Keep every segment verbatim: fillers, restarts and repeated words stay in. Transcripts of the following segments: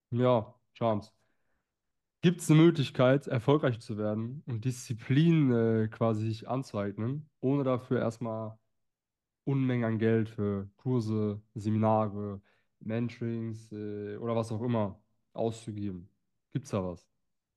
Ja, Chance. Gibt es eine Möglichkeit, erfolgreich zu werden und Disziplin äh, quasi sich anzueignen, ohne dafür erstmal Unmengen an Geld für Kurse, Seminare, Mentorings äh, oder was auch immer auszugeben? Gibt's da was?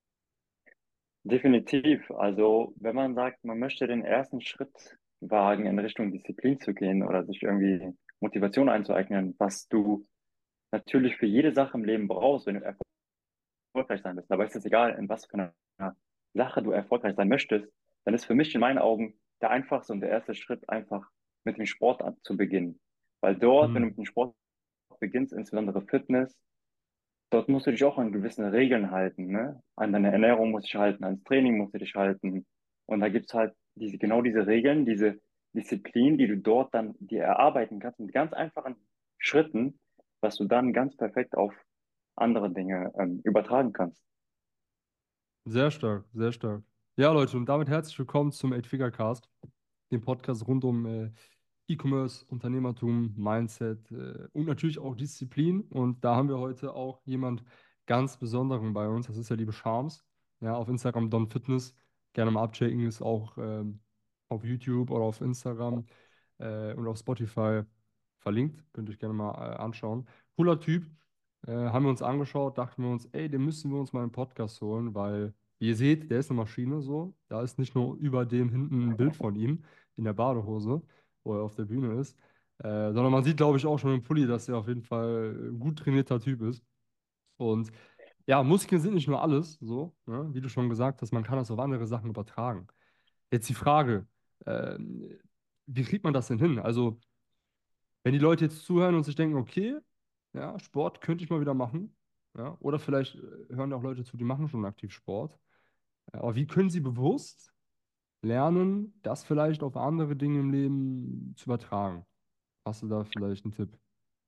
Definitiv. Also, wenn man sagt, man möchte den ersten Schritt wagen, in Richtung Disziplin zu gehen oder sich irgendwie Motivation einzueignen, was du natürlich für jede Sache im Leben brauchst, wenn du erfolgreich sein willst. Dabei ist es egal, in was für einer Sache du erfolgreich sein möchtest, dann ist für mich in meinen Augen der einfachste und der erste Schritt einfach mit dem Sport an, zu beginnen. Weil dort, wenn du Hm. mit dem Sport beginnst, insbesondere Fitness, dort musst du dich auch an gewisse Regeln halten, ne? An deine Ernährung musst du dich halten, ans Training musst du dich halten. Und da gibt's halt diese, genau diese Regeln, diese Disziplin, die du dort dann dir erarbeiten kannst, mit ganz einfachen Schritten, was du dann ganz perfekt auf andere Dinge ähm, übertragen kannst. Sehr stark, sehr stark. Ja, Leute, und damit herzlich willkommen zum Eight-Figure-Cast, dem Podcast rund um äh, E-Commerce, Unternehmertum, Mindset äh, und natürlich auch Disziplin. Und da haben wir heute auch jemand ganz Besonderen bei uns. Das ist der liebe Shams. Ja, auf Instagram Don Fitness. Gerne mal abchecken, ist auch ähm, auf YouTube oder auf Instagram äh, und auf Spotify verlinkt. Könnt ihr euch gerne mal äh, anschauen. Cooler Typ. Äh, haben wir uns angeschaut, dachten wir uns, ey, den müssen wir uns mal im Podcast holen, weil, wie ihr seht, der ist eine Maschine so. Da ist nicht nur über dem hinten ein Bild von ihm in der Badehose, wo er auf der Bühne ist, äh, sondern man sieht, glaube ich, auch schon im Pulli, dass er auf jeden Fall ein gut trainierter Typ ist. Und ja, Muskeln sind nicht nur alles, so, ne? Wie du schon gesagt hast, man kann das auf andere Sachen übertragen. Jetzt die Frage, ähm, wie kriegt man das denn hin? Also, wenn die Leute jetzt zuhören und sich denken, okay, ja, Sport könnte ich mal wieder machen, ja, oder vielleicht äh, hören auch Leute zu, die machen schon aktiv Sport. Ja, aber wie können sie bewusst lernen, das vielleicht auf andere Dinge im Leben zu übertragen? Hast du da vielleicht einen Tipp?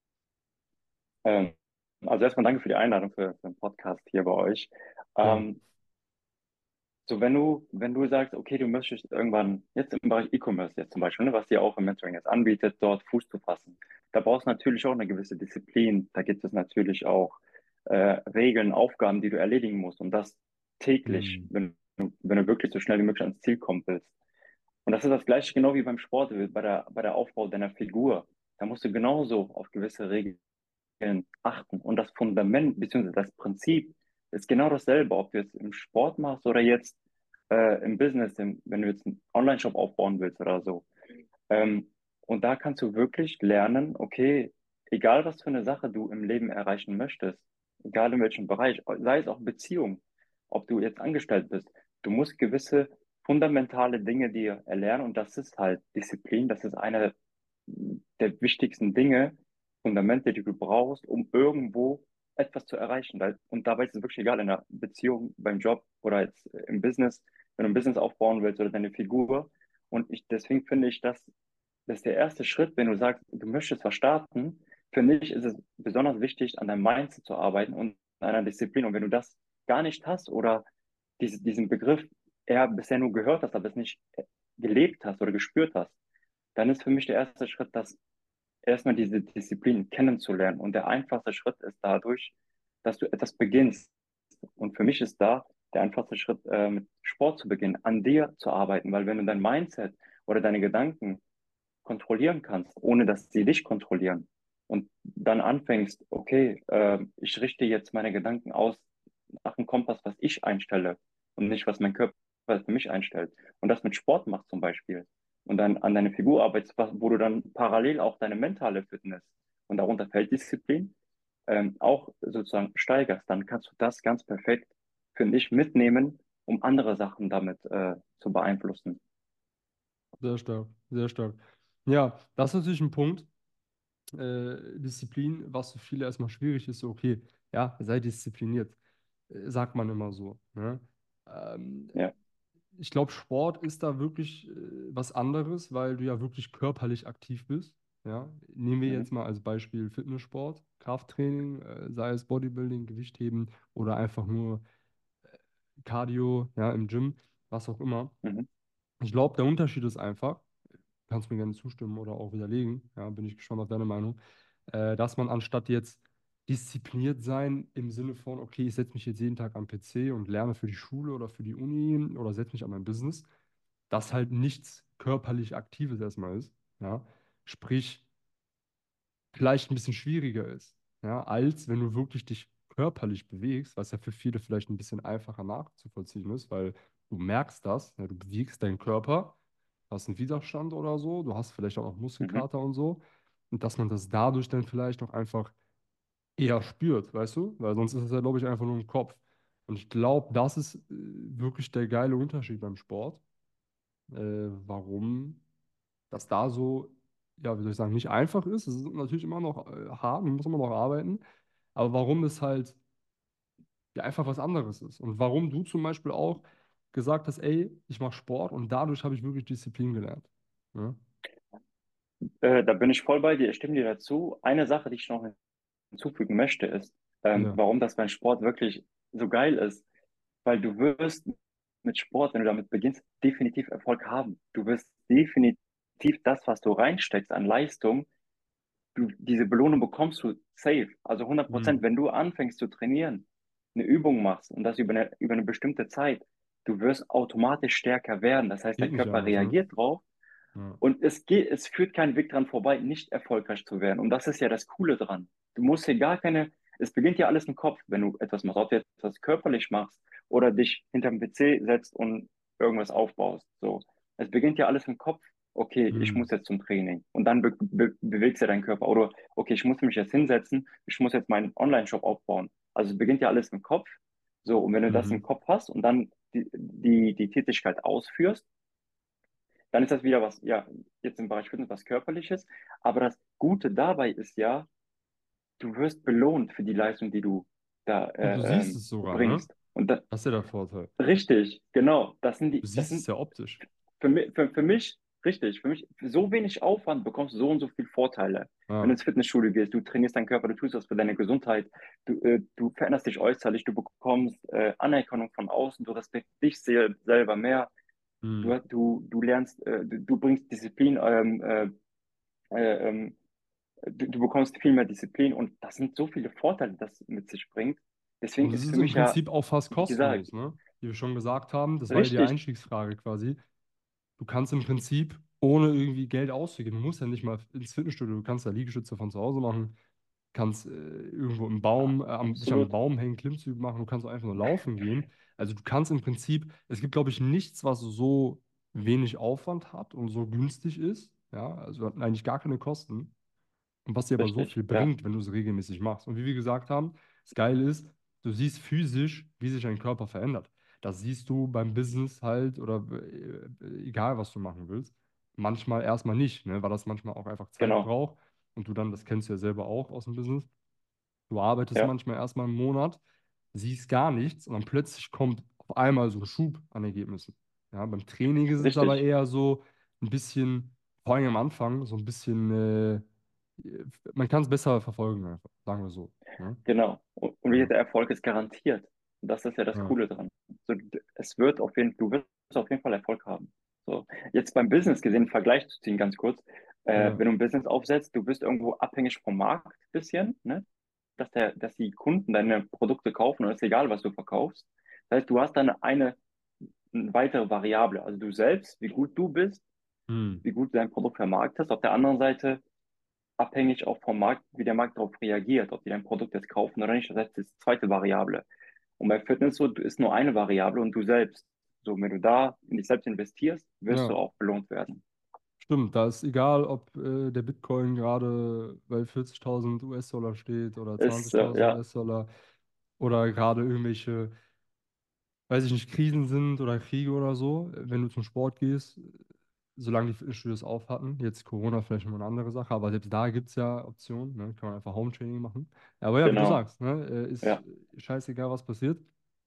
Ähm, also erstmal danke für die Einladung für, für den Podcast hier bei euch. Gerne. Ähm, So, wenn du, wenn du sagst, okay, du möchtest irgendwann jetzt im Bereich E-Commerce jetzt zum Beispiel, ne, was dir auch im Mentoring jetzt anbietet, dort Fuß zu fassen, da brauchst du natürlich auch eine gewisse Disziplin. Da gibt es natürlich auch äh, Regeln, Aufgaben, die du erledigen musst und das täglich, Hm. wenn du, wenn du wirklich so schnell wie möglich ans Ziel kommen willst. Und das ist das Gleiche genau wie beim Sport, bei der, bei der Aufbau deiner Figur. Da musst du genauso auf gewisse Regeln achten. Und das Fundament beziehungsweise das Prinzip ist genau dasselbe, ob du jetzt im Sport machst oder jetzt äh, im Business, im, wenn du jetzt einen Online-Shop aufbauen willst oder so. Ähm, und da kannst du wirklich lernen, okay, egal was für eine Sache du im Leben erreichen möchtest, egal in welchem Bereich, sei es auch Beziehung, ob du jetzt angestellt bist, du musst gewisse fundamentale Dinge dir erlernen und das ist halt Disziplin, das ist eine der wichtigsten Dinge, Fundamente, die du brauchst, um irgendwo etwas zu erreichen. Weil, und dabei ist es wirklich egal, in einer Beziehung, beim Job oder jetzt im Business, wenn du ein Business aufbauen willst oder deine Figur. Und ich, deswegen finde ich, dass das ist der erste Schritt, wenn du sagst, du möchtest was starten. Finde ich, ist es besonders wichtig, an deinem Mindset zu arbeiten und an einer Disziplin. Und wenn du das gar nicht hast oder diese, diesen Begriff eher bisher nur gehört hast, aber es nicht gelebt hast oder gespürt hast, dann ist für mich der erste Schritt, das erstmal diese Disziplin kennenzulernen. Und der einfachste Schritt ist dadurch, dass du etwas beginnst. Und für mich ist da der einfachste Schritt, äh, mit Sport zu beginnen, an dir zu arbeiten, weil wenn du dein Mindset oder deine Gedanken kontrollieren kannst, ohne dass sie dich kontrollieren und dann anfängst, okay, äh, ich richte jetzt meine Gedanken aus nach dem Kompass, was ich einstelle und nicht, was mein Körper für mich einstellt. Und das mit Sport machst zum Beispiel und dann an deine Figur arbeitest, wo du dann parallel auch deine mentale Fitness und darunter fällt Disziplin ähm, auch sozusagen steigerst, dann kannst du das ganz perfekt, finde ich, mitnehmen, um andere Sachen damit äh, zu beeinflussen. Sehr stark, sehr stark. Ja, das ist natürlich ein Punkt. Äh, Disziplin, was für viele erstmal schwierig ist, so, okay, ja, sei diszipliniert, äh, sagt man immer so. Ne? Ähm, Ja. Ich glaube, Sport ist da wirklich äh, was anderes, weil du ja wirklich körperlich aktiv bist. Ja? Nehmen wir Mhm. jetzt mal als Beispiel Fitnesssport, Krafttraining, äh, sei es Bodybuilding, Gewichtheben oder einfach nur Cardio, ja, im Gym, was auch immer. Mhm. Ich glaube, der Unterschied ist einfach, kannst mir gerne zustimmen oder auch widerlegen, ja, bin ich gespannt auf deine Meinung, äh, dass man anstatt jetzt diszipliniert sein im Sinne von, okay, ich setze mich jetzt jeden Tag am P C und lerne für die Schule oder für die Uni oder setze mich an mein Business, das halt nichts körperlich Aktives erstmal ist, ja. Sprich, vielleicht ein bisschen schwieriger ist, ja, als wenn du wirklich dich körperlich bewegst, was ja für viele vielleicht ein bisschen einfacher nachzuvollziehen ist, weil du merkst das, ja, du bewegst deinen Körper, hast einen Widerstand oder so, du hast vielleicht auch noch Mhm. Muskelkater und so, und dass man das dadurch dann vielleicht auch einfach eher spürt, weißt du? Weil sonst ist es ja, glaube ich, einfach nur im Kopf. Und ich glaube, das ist äh, wirklich der geile Unterschied beim Sport, äh, warum das da so, ja, wie soll ich sagen, nicht einfach ist. Es ist natürlich immer noch äh, hart, man muss immer noch arbeiten, aber warum es halt ja einfach was anderes ist. Und warum du zum Beispiel auch gesagt hast, ey, ich mache Sport und dadurch habe ich wirklich Disziplin gelernt. Ja, Äh, da bin ich voll bei dir. Ich stimme dir dazu. Eine Sache, die ich noch hinzufügen möchte, ist, ähm, ja. warum das beim Sport wirklich so geil ist. Weil du wirst mit Sport, wenn du damit beginnst, definitiv Erfolg haben. Du wirst definitiv das, was du reinsteckst an Leistung, du, diese Belohnung bekommst du safe. Also hundert Prozent, Hm. wenn du anfängst zu trainieren, eine Übung machst und das über eine, über eine bestimmte Zeit, du wirst automatisch stärker werden. Das heißt, Geht dein nicht Körper anders, ne? reagiert drauf Ja. und es geht, es führt keinen Weg dran vorbei, nicht erfolgreich zu werden. Und das ist ja das Coole dran. Du musst hier gar keine, es beginnt ja alles im Kopf, wenn du etwas machst, ob du etwas körperlich machst oder dich hinterm P C setzt und irgendwas aufbaust. So. Es beginnt ja alles im Kopf. Okay, ich Hm. muss jetzt zum Training. Und dann be be bewegst du deinen Körper. Oder okay, ich muss mich jetzt hinsetzen, ich muss jetzt meinen Online-Shop aufbauen. Also es beginnt ja alles im Kopf. So, und wenn du das im Mhm. Kopf hast und dann die, die, die Tätigkeit ausführst, dann ist das wieder was, ja, jetzt im Bereich Fitness was Körperliches. Aber das Gute dabei ist ja, du wirst belohnt für die Leistung, die du da Und du äh, siehst ähm, es sogar, ne? bringst. Und da, Das ist ja der Vorteil. richtig, genau, das sind Du die, das siehst es sind ja optisch. für mich, für, für mich, richtig, für mich, für so wenig Aufwand bekommst du so und so viel Vorteile. Wenn du Ja. ins Fitnessstudio gehst, du trainierst deinen Körper, du tust was für deine Gesundheit, du, äh, du veränderst dich äußerlich, du bekommst äh, Anerkennung von außen, du respektierst dich sel selber mehr, Hm. du, du, du lernst, äh, du, du bringst Disziplin ähm, äh, äh, ähm, du, du bekommst viel mehr Disziplin und das sind so viele Vorteile, die das mit sich bringt. Deswegen Und es ist ist für im mich ja, Prinzip auch fast wie gesagt, kostenlos, ne? Wie wir schon gesagt haben, das war ja die richtig, Einstiegsfrage quasi. Du kannst im Prinzip ohne irgendwie Geld auszugeben, du musst ja nicht mal ins Fitnessstudio, du kannst ja Liegestütze von zu Hause machen, kannst äh, irgendwo im Baum, äh, am, dich am absolut, Baum hängen, Klimmzüge machen, du kannst auch einfach nur laufen gehen. Also du kannst im Prinzip, es gibt, glaube ich, nichts, was so wenig Aufwand hat und so günstig ist. Ja, also hat eigentlich gar keine Kosten. Und was dir aber so richtig, viel ja, bringt, wenn du es regelmäßig machst. Und wie wir gesagt haben, das Geile ist, du siehst physisch, wie sich dein Körper verändert. Das siehst du beim Business halt oder äh, egal, was du machen willst. Manchmal erstmal nicht, ne? Weil das manchmal auch einfach Zeit genau, braucht. Und du dann, das kennst du ja selber auch aus dem Business, du arbeitest ja, manchmal erstmal einen Monat, siehst gar nichts und dann plötzlich kommt auf einmal so ein Schub an Ergebnissen. Ja, beim Training ist es aber richtig, eher so ein bisschen, vor allem am Anfang, so ein bisschen, äh, man kann es besser verfolgen, einfach, sagen wir so. Ne? genau. Und, und wie Ja, gesagt, der Erfolg ist garantiert. Und das ist ja das ja, Coole dran. So, d- es wird auf jeden, du wirst auf jeden Fall Erfolg haben. So, jetzt beim Business gesehen, einen Vergleich zu ziehen, ganz kurz. Äh, ja. wenn du ein Business aufsetzt, du bist irgendwo abhängig vom Markt ein bisschen, ne? Dass der, dass die Kunden deine Produkte kaufen und es ist egal, was du verkaufst. Das heißt, du hast dann eine, eine weitere Variable. Also du selbst, wie gut du bist, Hm. wie gut du dein Produkt vermarktest. Auf der anderen Seite abhängig auch vom Markt, wie der Markt darauf reagiert, ob die dein Produkt jetzt kaufen oder nicht. Das heißt, das ist die zweite Variable. Und bei Fitness so ist nur eine Variable und du selbst. So, wenn du da in dich selbst investierst, wirst du Ja, auch belohnt werden. stimmt. Da ist egal, ob äh, der Bitcoin gerade bei vierzigtausend U S-Dollar steht oder Ist, äh, zwanzigtausend ja, U S-Dollar oder gerade irgendwelche, weiß ich nicht, Krisen sind oder Kriege oder so, wenn du zum Sport gehst, solange die Fitnessstudios auf hatten, jetzt Corona vielleicht noch eine andere Sache, aber selbst da gibt es ja Optionen, ne? Kann man einfach Home-Training machen. Aber ja, wie du genau. sagst, ne? äh, Ist Ja, scheißegal, was passiert,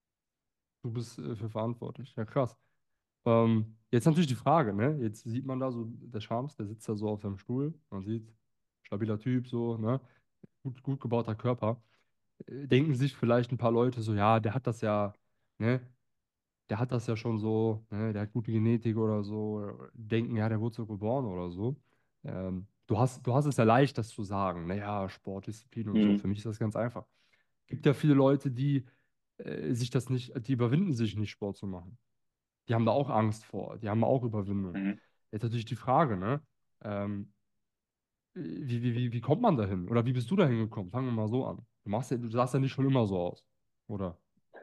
du bist äh, für verantwortlich. Ja, krass. Ähm, jetzt natürlich die Frage, ne? Jetzt sieht man da so, der Shams, der sitzt da so auf seinem Stuhl, man sieht, stabiler Typ, so, ne? Gut, gut gebauter Körper. Äh, Denken sich vielleicht ein paar Leute so, ja, der hat das ja, ne? Der hat das ja schon so, ne, der hat gute Genetik oder so, denken, ja, der wurde so geboren oder so. Ähm, du hast, du hast es ja leicht, das zu sagen. Naja, Sportdisziplin und so. Mhm. Für mich ist das ganz einfach. Gibt ja viele Leute, die äh, sich das nicht, die überwinden sich nicht, Sport zu machen. Die haben da auch Angst vor, die haben auch Überwindung. Mhm. Jetzt natürlich die Frage, ne? Ähm, wie, wie, wie, wie kommt man dahin? Oder wie bist du dahin gekommen? Fangen wir mal so an. Du machst ja, du sahst ja nicht schon immer so aus, oder?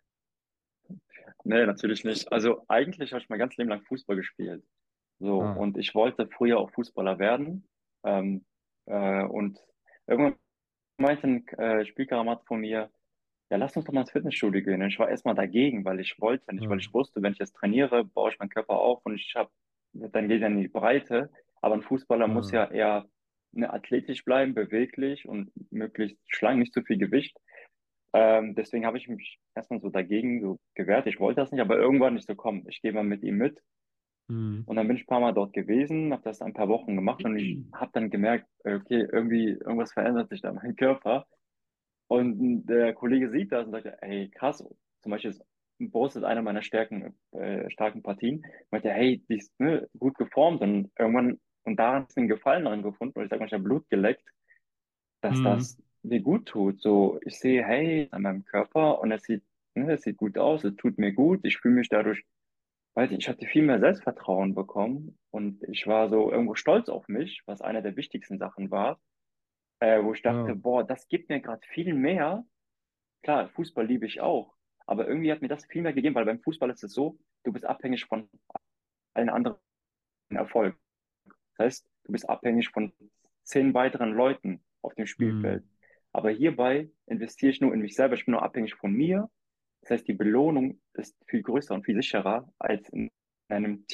Nee, natürlich nicht. Also eigentlich habe ich mein ganzes Leben lang Fußball gespielt. So, Ah, und ich wollte früher auch Fußballer werden. Ähm, äh, und irgendwann meinte ein äh, Spielkamerad von mir, ja, lass uns doch mal ins Fitnessstudio gehen. Und ich war erstmal dagegen, weil ich wollte nicht, weil ah, ich wusste, wenn ich jetzt trainiere, baue ich meinen Körper auf und ich habe, dann geht er in die Breite. Aber ein Fußballer muss ah, ja eher ne, athletisch bleiben, beweglich und möglichst schlank, nicht zu viel Gewicht. Ähm, deswegen habe ich mich erstmal so dagegen so gewehrt. Ich wollte das nicht, aber irgendwann nicht so kommen. Ich gehe mal mit ihm mit. hm, Und dann bin ich ein paar Mal dort gewesen, habe das ein paar Wochen gemacht und ich habe dann gemerkt, äh, okay, irgendwie irgendwas verändert sich da in meinem Körper. Und der Kollege sieht das und sagt, ey, krass, zum Beispiel ist Brust ist eine meiner Stärken, äh, starken Partien. Meinte, hey, die ist ne, gut geformt und irgendwann, und da hat es einen Gefallen dran gefunden und ich sag mal, ich habe Blut geleckt, dass hm, das mir gut tut. So, ich sehe, hey, an meinem Körper und es sieht, ne, es sieht gut aus, es tut mir gut, ich fühle mich dadurch, weiß ich, ich hatte viel mehr Selbstvertrauen bekommen und ich war so irgendwo stolz auf mich, was einer der wichtigsten Sachen war, äh, wo ich dachte, ja, boah, das gibt mir gerade viel mehr. Klar, Fußball liebe ich auch, aber irgendwie hat mir das viel mehr gegeben, weil beim Fußball ist es so, du bist abhängig von allen anderen Erfolgen. Das heißt, du bist abhängig von zehn weiteren Leuten auf dem hm, Spielfeld. Aber hierbei investiere ich nur in mich selber. Ich bin nur abhängig von mir. Das heißt, die Belohnung ist viel größer und viel sicherer als in einem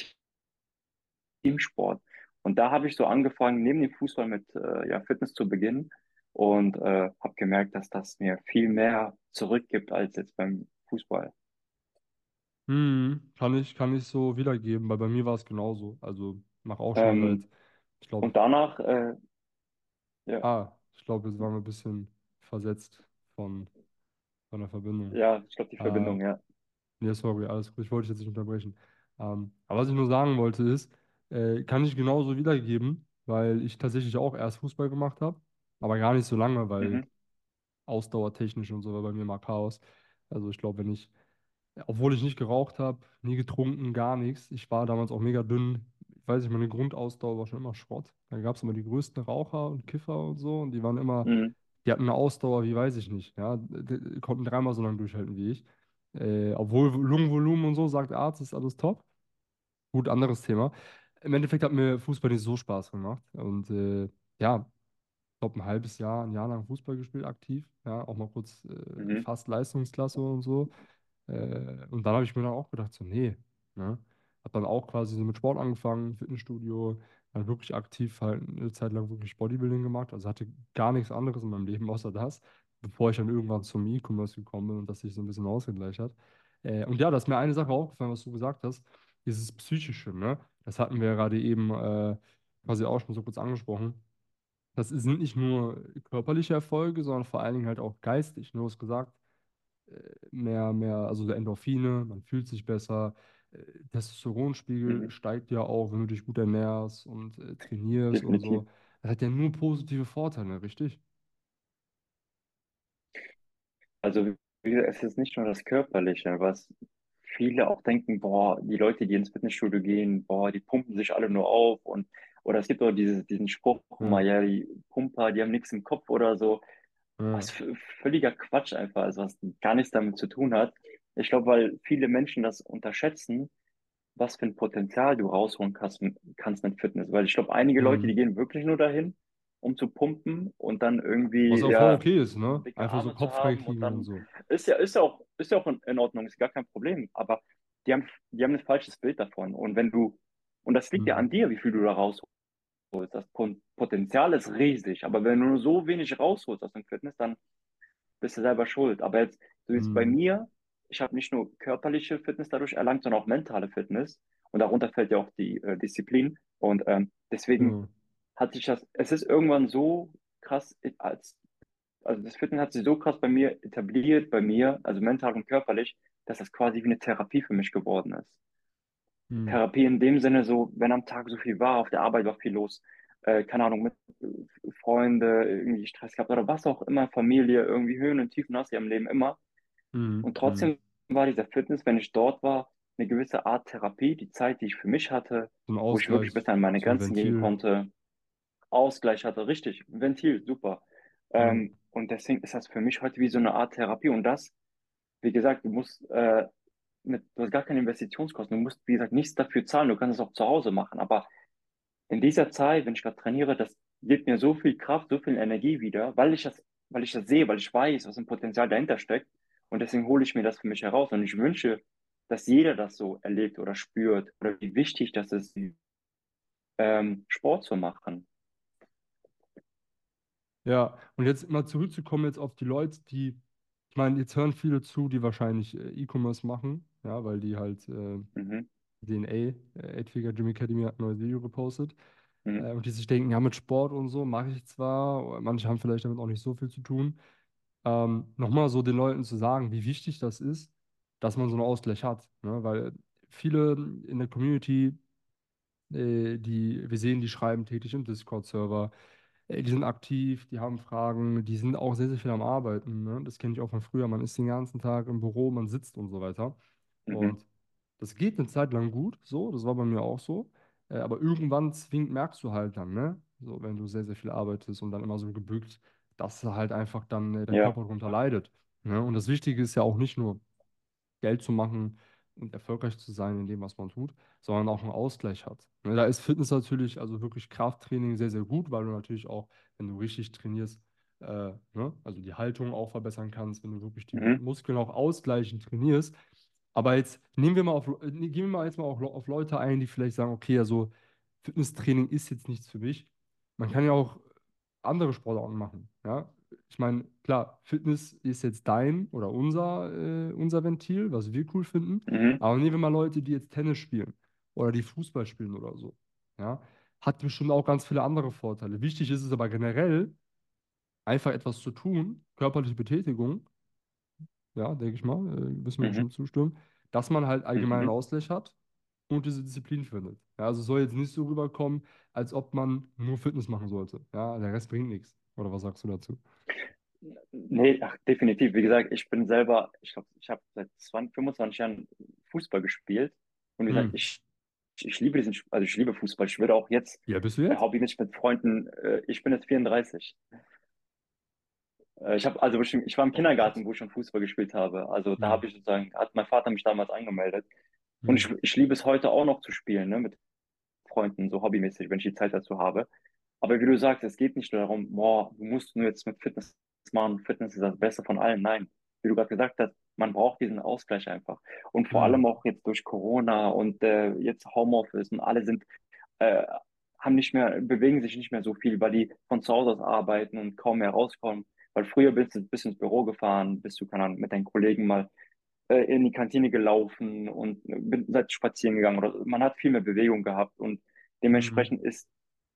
Teamsport. Und da habe ich so angefangen, neben dem Fußball mit äh, ja, Fitness zu beginnen und äh, habe gemerkt, dass das mir viel mehr zurückgibt als jetzt beim Fußball. hm, kann ich, kann ich so wiedergeben, weil bei mir war es genauso. Also, mach auch schon seit, Ähm, ich glaube, und danach, äh, ja, ah, ich glaube, jetzt waren wir ein bisschen versetzt von, von der Verbindung. ja, ich glaube, die Äh, Verbindung, ja. Nee, sorry, alles gut. Ich wollte dich jetzt nicht unterbrechen. Ähm, aber was ich nur sagen wollte ist, äh, kann ich genauso wiedergeben, weil ich tatsächlich auch erst Fußball gemacht habe, aber gar nicht so lange, weil Mhm, ausdauertechnisch und so war bei mir mal Chaos. Also ich glaube, wenn ich, obwohl ich nicht geraucht habe, nie getrunken, gar nichts, ich war damals auch mega dünn. Ich weiß nicht, meine Grundausdauer war schon immer Schrott. Da gab es immer die größten Raucher und Kiffer und so und die waren immer, mhm, die hatten eine Ausdauer, wie weiß ich nicht, ja, die, die konnten dreimal so lange durchhalten wie ich. Äh, obwohl Lungenvolumen und so, sagt Arzt, ist alles top. Gut, anderes Thema. Im Endeffekt hat mir Fußball nicht so Spaß gemacht. Und äh, ja, ich glaube, ein halbes Jahr, ein Jahr lang Fußball gespielt, aktiv. Ja, auch mal kurz äh, mhm. fast Leistungsklasse und so. Äh, und dann habe ich mir dann auch gedacht, so, nee, ne? Hab dann auch quasi so mit Sport angefangen, Fitnessstudio, dann wirklich aktiv halt eine Zeit lang wirklich Bodybuilding gemacht. Also hatte gar nichts anderes in meinem Leben außer das, bevor ich dann irgendwann zum E-Commerce gekommen bin und das sich so ein bisschen ausgegleicht hat. Äh, und ja, da ist mir eine Sache aufgefallen, was du gesagt hast, dieses Psychische, ne? Das hatten wir ja gerade eben äh, quasi auch schon so kurz angesprochen. Das sind nicht nur körperliche Erfolge, sondern vor allen Dingen halt auch geistig. Ne? Du hast gesagt, äh, mehr, mehr, also so Endorphine, man fühlt sich besser. Äh, Testosteronspiegel Mhm, steigt ja auch, wenn du dich gut ernährst und äh, trainierst und definitiv. so. Das hat ja nur positive Vorteile, richtig? Also, wie gesagt, es ist nicht nur das Körperliche, was viele auch denken, boah, die Leute, die ins Fitnessstudio gehen, boah, die pumpen sich alle nur auf und, oder es gibt auch dieses, diesen Spruch immer, Ja, ja, die Pumper, die haben nichts im Kopf oder so. ja, Was für völliger Quatsch einfach ist, was gar nichts damit zu tun hat. Ich glaube, weil viele Menschen das unterschätzen, was für ein Potenzial du rausholen kannst, kannst mit Fitness. Weil ich glaube, einige Leute, die hm. gehen wirklich nur dahin, um zu pumpen und dann irgendwie, Was auch voll ja, okay ist, ne? dicke Einfach so Arme zu Kopf frei haben und kriegen und dann so. ist ja, ist ja auch, ist ja auch in, in Ordnung, ist gar kein Problem. Aber die haben, die haben ein falsches Bild davon. Und wenn du, und das liegt ja Hm. an dir, wie viel du da rausholst. Das Pon- Potenzial ist riesig. Aber wenn du nur so wenig rausholst aus dem Fitness, dann bist du selber schuld. Aber jetzt, so jetzt bei Hm. mir, ich habe nicht nur körperliche Fitness dadurch erlangt, sondern auch mentale Fitness. Und darunter fällt ja auch die äh, Disziplin. Und ähm, deswegen Ja. hat sich das, es ist irgendwann so krass, als, also das Fitness hat sich so krass bei mir etabliert, bei mir, also mental und körperlich, dass das quasi wie eine Therapie für mich geworden ist. Hm. Therapie in dem Sinne so, wenn am Tag so viel war, auf der Arbeit war viel los. äh, keine Ahnung, mit äh, Freunde, irgendwie Stress gehabt oder was auch immer, Familie, irgendwie Höhen und Tiefen hast du ja im Leben immer. Mhm. Und Mhm. trotzdem war dieser Fitness, wenn ich dort war, eine gewisse Art Therapie, die Zeit, die ich für mich hatte, So ein wo ich wirklich bis Ausgleich, an meine so ein Grenzen gehen Ventil. konnte, Ausgleich hatte, richtig, Ventil, super. Ja. Ähm, und deswegen ist das für mich heute wie so eine Art Therapie. Und das, wie gesagt, du musst äh, mit, du hast gar keine Investitionskosten. Du musst, wie gesagt, nichts dafür zahlen. Du kannst es auch zu Hause machen. Aber in dieser Zeit, wenn ich gerade trainiere, das gibt mir so viel Kraft, so viel Energie wieder, weil ich das, weil ich das sehe, weil ich weiß, was ein Potenzial dahinter steckt. Und deswegen hole ich mir das für mich heraus. Und ich wünsche, dass jeder das so erlebt oder spürt oder wie wichtig das ist, ähm, Sport zu machen. Ja, und jetzt mal zurückzukommen jetzt auf die Leute, die, ich meine, jetzt hören viele zu, die wahrscheinlich äh, E-Commerce machen, ja, weil die halt äh, Mhm, D N A, äh, Eight Figure Gym Academy hat ein neues Video gepostet, mhm, äh, und die sich denken, ja, mit Sport und so mache ich zwar, aber manche haben vielleicht damit auch nicht so viel zu tun. Ähm, nochmal so den Leuten zu sagen, wie wichtig das ist, dass man so einen Ausgleich hat, ne? Weil viele in der Community, äh, die wir sehen, die schreiben täglich im Discord-Server, äh, die sind aktiv, die haben Fragen, die sind auch sehr, sehr viel am Arbeiten. Ne? Das kenne ich auch von früher. Man ist den ganzen Tag im Büro, man sitzt und so weiter. mhm, Und das geht eine Zeit lang gut, so, das war bei mir auch so. Äh, aber irgendwann zwingend merkst du halt dann, ne? So, wenn du sehr, sehr viel arbeitest und dann immer so gebückt, dass halt einfach dann äh, dein ja, Körper darunter leidet. Ne? Und das Wichtige ist ja auch nicht nur Geld zu machen und erfolgreich zu sein in dem, was man tut, sondern auch einen Ausgleich hat. Ne, da ist Fitness natürlich, also wirklich Krafttraining sehr, sehr gut, weil du natürlich auch, wenn du richtig trainierst, äh, ne, also die Haltung auch verbessern kannst, wenn du wirklich die mhm, Muskeln auch ausgleichend trainierst. Aber jetzt nehmen wir mal auf, äh, gehen wir mal jetzt mal auch auf Leute ein, die vielleicht sagen, okay, also Fitnesstraining ist jetzt nichts für mich. Man kann ja auch andere Sportarten machen. Ja? Ich meine, klar, Fitness ist jetzt dein oder unser, äh, unser Ventil, was wir cool finden. mhm, Aber nehmen wir mal Leute, die jetzt Tennis spielen oder die Fußball spielen oder so. Ja? Hat bestimmt auch ganz viele andere Vorteile. Wichtig ist es aber generell, einfach etwas zu tun, körperliche Betätigung, ja, denke ich mal, äh, wirst du mir mhm, bestimmt zustimmen, dass man halt allgemeinen mhm. Ausgleich hat und diese Disziplin findet. Ja, also es soll jetzt nicht so rüberkommen, als ob man nur Fitness machen sollte. Ja, der Rest bringt nichts. Oder was sagst du dazu? Nee, ach, definitiv. Wie gesagt, ich bin selber, ich glaube, ich habe seit zwanzig, fünfundzwanzig Jahren Fußball gespielt. Und wie gesagt, Hm. ich, ich liebe diesen, Sp- also ich liebe Fußball. Ich würde auch jetzt Wie alt bist du äh, jetzt? hobbymäßig mit Freunden, äh, ich bin jetzt vierunddreißig. Äh, ich habe also bestimmt, ich war im Oh, Kindergarten, krass. wo ich schon Fußball gespielt habe. Also da Hm. habe ich sozusagen, hat mein Vater mich damals angemeldet. Und Hm. ich, ich liebe es heute auch noch zu spielen, ne, mit Freunden, so hobbymäßig, wenn ich die Zeit dazu habe. Aber wie du sagst, es geht nicht nur darum, boah, du musst nur jetzt mit Fitness machen, Fitness ist das Beste von allen. Nein, wie du gerade gesagt hast, man braucht diesen Ausgleich einfach. Und vor allem Hm. auch jetzt durch Corona und äh, jetzt Homeoffice und alle sind, äh, haben nicht mehr, bewegen sich nicht mehr so viel, weil die von zu Hause aus arbeiten und kaum mehr rauskommen. Weil früher bist du bist ins Büro gefahren, bist du, keine Ahnung, mit deinen Kollegen mal äh, in die Kantine gelaufen und äh, bin, seid spazieren gegangen oder man hat viel mehr Bewegung gehabt und Hm. dementsprechend ist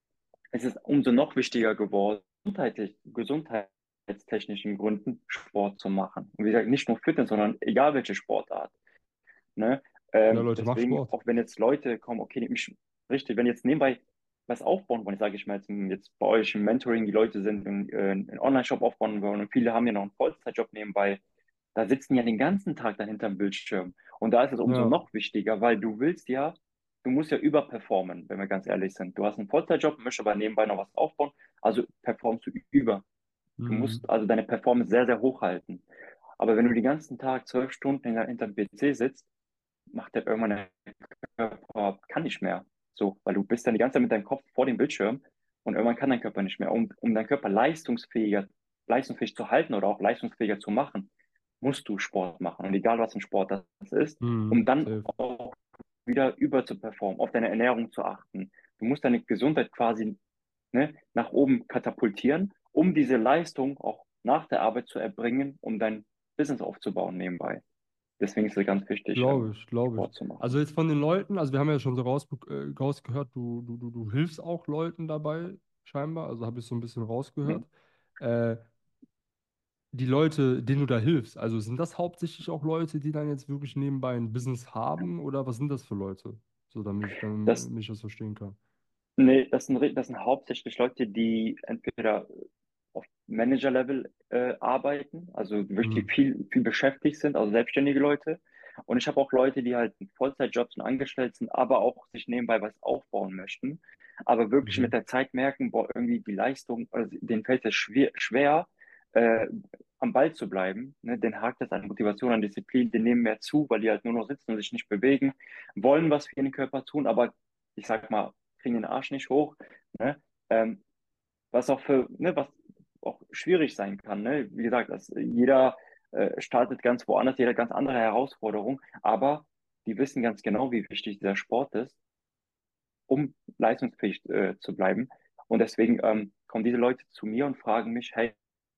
es ist umso noch wichtiger geworden, gesundheitlich, gesundheitstechnischen Gründen Sport zu machen. Und wie gesagt, nicht nur Fitness, sondern egal welche Sportart. Ne? Ja, Ähm, Leute, mach deswegen, Sport. auch wenn jetzt Leute kommen, okay, mich, richtig, wenn jetzt nebenbei was aufbauen wollen, sage ich mal jetzt, jetzt bei euch im Mentoring, die Leute sind in, in, einen Online-Shop aufbauen wollen und viele haben ja noch einen Vollzeitjob nebenbei, da sitzen ja den ganzen Tag dann hinterm Bildschirm. Und da ist es umso Ja. noch wichtiger, weil du willst ja, du musst ja überperformen, wenn wir ganz ehrlich sind. Du hast einen Vollzeitjob, möchtest aber nebenbei noch was aufbauen, also performst du über. Du Hm. musst also deine Performance sehr, sehr hoch halten. Aber wenn du den ganzen Tag zwölf Stunden hinter, hinterm P C sitzt, macht der irgendwann der Körper, kann nicht mehr. So, weil du bist dann die ganze Zeit mit deinem Kopf vor dem Bildschirm und irgendwann kann dein Körper nicht mehr. Um, um deinen Körper leistungsfähiger, leistungsfähig zu halten oder auch leistungsfähiger zu machen, musst du Sport machen. Und egal was ein Sport das ist, Hm. um dann Safe. auch wieder über zu performen, auf deine Ernährung zu achten. Du musst deine Gesundheit quasi, ne, nach oben katapultieren, um diese Leistung auch nach der Arbeit zu erbringen, um dein Business aufzubauen nebenbei. Deswegen ist es ganz wichtig, Glaube ähm, ich, glaube ich. Sport zu machen. Also jetzt von den Leuten, also wir haben ja schon so raus, äh, rausgehört, du, du, du, du hilfst auch Leuten dabei, scheinbar. Also habe ich so ein bisschen Mhm. rausgehört. Äh, die Leute, denen du da hilfst, also sind das hauptsächlich auch Leute, die dann jetzt wirklich nebenbei ein Business haben oder was sind das für Leute? So, damit ich dann Das, mich das verstehen kann. Nee, das sind, ri- das sind hauptsächlich Leute, die entweder auf Manager-Level äh, arbeiten, also Hm. wirklich viel, viel beschäftigt sind, also selbstständige Leute. Und ich habe auch Leute, die halt in Vollzeitjobs und angestellt sind, aber auch sich nebenbei was aufbauen möchten, aber wirklich Okay. mit der Zeit merken, boah, irgendwie die Leistung, also denen fällt es schwer, schwer äh, am Ball zu bleiben. Ne? Den hakt es an Motivation, an Disziplin, die nehmen mehr zu, weil die halt nur noch sitzen und sich nicht bewegen, wollen was für ihren Körper tun, aber ich sag mal, kriegen den Arsch nicht hoch. Ne? Ähm, was auch für, ne, was auch schwierig sein kann. Ne? Wie gesagt, das, jeder äh, startet ganz woanders, jeder hat ganz andere Herausforderungen, aber die wissen ganz genau, wie wichtig dieser Sport ist, um leistungsfähig äh, zu bleiben. Und deswegen ähm, kommen diese Leute zu mir und fragen mich, hey,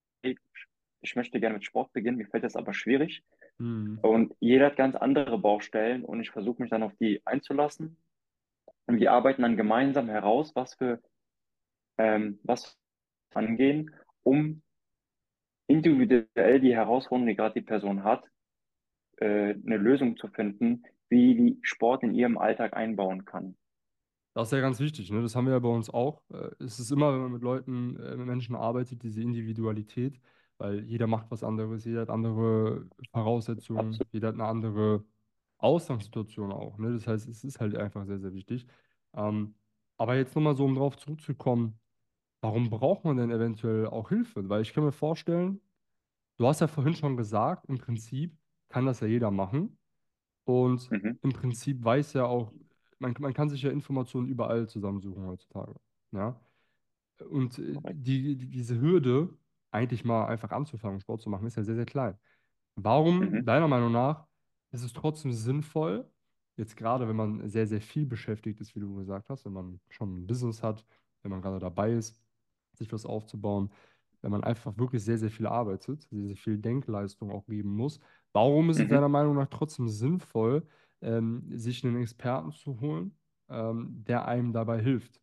ich möchte gerne mit Sport beginnen, mir fällt das aber schwierig. Hm. Und jeder hat ganz andere Baustellen und ich versuche mich dann auf die einzulassen. Und wir arbeiten dann gemeinsam heraus, was für ähm, was angehen, um individuell die Herausforderung, die gerade die Person hat, äh, eine Lösung zu finden, wie die Sport in ihrem Alltag einbauen kann. Das ist ja ganz wichtig, ne? Das haben wir ja bei uns auch. Äh, Es ist immer, wenn man mit Leuten, äh, mit Menschen arbeitet, diese Individualität, weil jeder macht was anderes, jeder hat andere Voraussetzungen, Absolut. jeder hat eine andere Ausgangssituation auch, ne? Das heißt, es ist halt einfach sehr, sehr wichtig. Ähm, aber jetzt nochmal so, um drauf zurückzukommen, warum braucht man denn eventuell auch Hilfe? Weil ich kann mir vorstellen, du hast ja vorhin schon gesagt, im Prinzip kann das ja jeder machen. Und Mhm, im Prinzip weiß ja auch, man, man kann sich ja Informationen überall zusammensuchen heutzutage. Ja? Und äh, korrekt. die, die, diese Hürde, eigentlich mal einfach anzufangen, Sport zu machen, ist ja sehr, sehr klein. Warum, Mhm, deiner Meinung nach, ist es trotzdem sinnvoll, jetzt gerade wenn man sehr, sehr viel beschäftigt ist, wie du gesagt hast, wenn man schon ein Business hat, wenn man gerade dabei ist, sich was aufzubauen, wenn man einfach wirklich sehr, sehr viel arbeitet, sehr, sehr viel Denkleistung auch geben muss, warum ist es mhm. deiner Meinung nach trotzdem sinnvoll, ähm, sich einen Experten zu holen, ähm, der einem dabei hilft?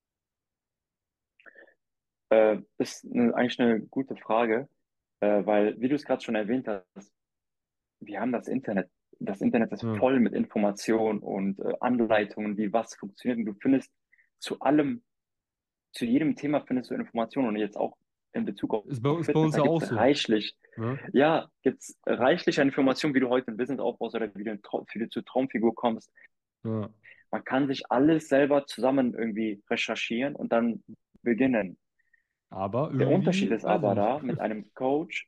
Äh, ist eine, eigentlich eine gute Frage, äh, weil, wie du es gerade schon erwähnt hast, wir haben das Internet. Das Internet ist Ja. voll mit Informationen und äh, Anleitungen, wie was funktioniert. Und du findest zu allem, zu jedem Thema findest du Informationen. Und jetzt auch in Bezug auf, Ist bei, auf ist bei Fitness, uns da ja gibt auch es so. reichlich. Ne? Ja, gibt's reichlich an Informationen, wie du heute ein Business aufbaust oder wie du, ein Traum, wie du zur Traumfigur kommst. Ja. Man kann sich alles selber zusammen irgendwie recherchieren und dann beginnen. Aber Der irgendwie, Unterschied ist weiß ich aber nicht. da, mit einem Coach,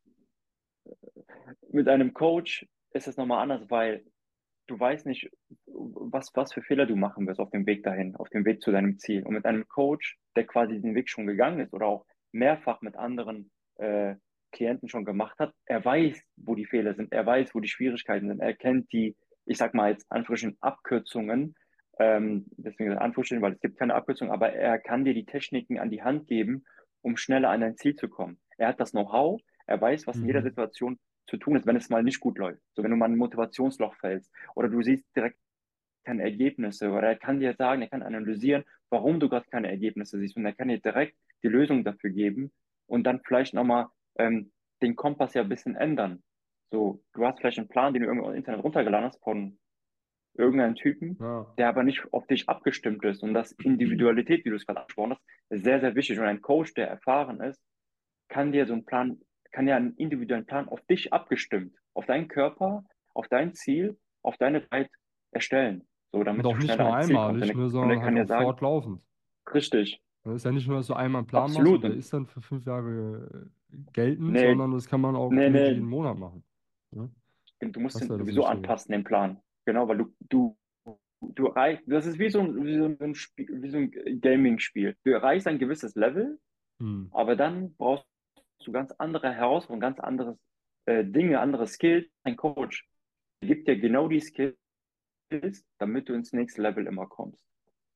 mit einem Coach ist es nochmal anders, weil du weißt nicht, was, was für Fehler du machen wirst auf dem Weg dahin, auf dem Weg zu deinem Ziel. Und mit einem Coach, der quasi den Weg schon gegangen ist oder auch mehrfach mit anderen äh, Klienten schon gemacht hat, er weiß, wo die Fehler sind, er weiß, wo die Schwierigkeiten sind, er kennt die, ich sag mal jetzt Anführungsstrichen Abkürzungen, ähm, deswegen Anführungsstrichen, weil es gibt keine Abkürzung, aber er kann dir die Techniken an die Hand geben, um schneller an dein Ziel zu kommen. Er hat das Know-how, er weiß, was in jeder Mhm. Situation zu tun ist, wenn es mal nicht gut läuft. So, wenn du mal in ein Motivationsloch fällst oder du siehst direkt keine Ergebnisse oder er kann dir sagen, er kann analysieren, warum du gerade keine Ergebnisse siehst und er kann dir direkt die Lösung dafür geben und dann vielleicht nochmal ähm, den Kompass ja ein bisschen ändern. So, du hast vielleicht einen Plan, den du irgendwo im Internet runtergeladen hast von irgendeinem Typen, Ja. der aber nicht auf dich abgestimmt ist und das Individualität, wie du es gerade angesprochen hast, ist sehr, sehr wichtig und ein Coach, der erfahren ist, kann dir so einen Plan, kann ja einen individuellen Plan auf dich abgestimmt, auf deinen Körper, auf dein Ziel, auf deine Zeit erstellen, so Und damit auch du nicht schneller nur ans Ziel kommst. Und einmalig, er, ne, und er sondern halt kann dir auch sagen, fortlaufend. richtig, Ne, ist ja nicht nur, dass du einmal einen Plan machst und absolut. der Und ist dann für fünf Jahre äh, geltend, nee, sondern das kann man auch nee, theoretisch nee, jeden Monat machen. Ne? du musst Das ist ja ihn das sowieso Wichtige. anpassen, den Plan. Genau, weil du, du, du erreichst, das ist wie so ein, wie so ein Spiel, wie so ein Gaming-Spiel. Du erreichst ein gewisses Level, Hm. aber dann brauchst du ganz andere Herausforderungen, ganz anderes äh, Dinge, andere Skills. Ein Coach gibt dir genau die Skills, damit du ins nächste Level immer kommst.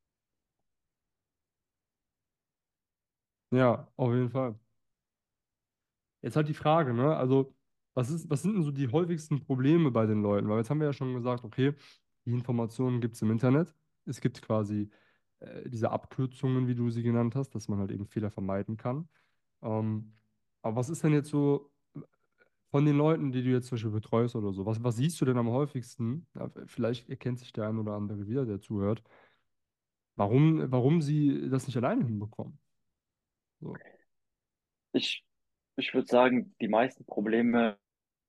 Ja, auf jeden Fall. Jetzt halt die Frage, ne? Also, was ist, was sind denn so die häufigsten Probleme bei den Leuten? Weil jetzt haben wir ja schon gesagt, okay, die Informationen gibt es im Internet. Es gibt quasi äh, diese Abkürzungen, wie du sie genannt hast, dass man halt eben Fehler vermeiden kann. Ähm, aber was ist denn jetzt so von den Leuten, die du jetzt zum Beispiel betreust oder so? Was, was siehst du denn am häufigsten? Ja, vielleicht erkennt sich der ein oder andere wieder, der zuhört. warum, warum sie das nicht alleine hinbekommen. So. Ich, ich würde sagen, die meisten Probleme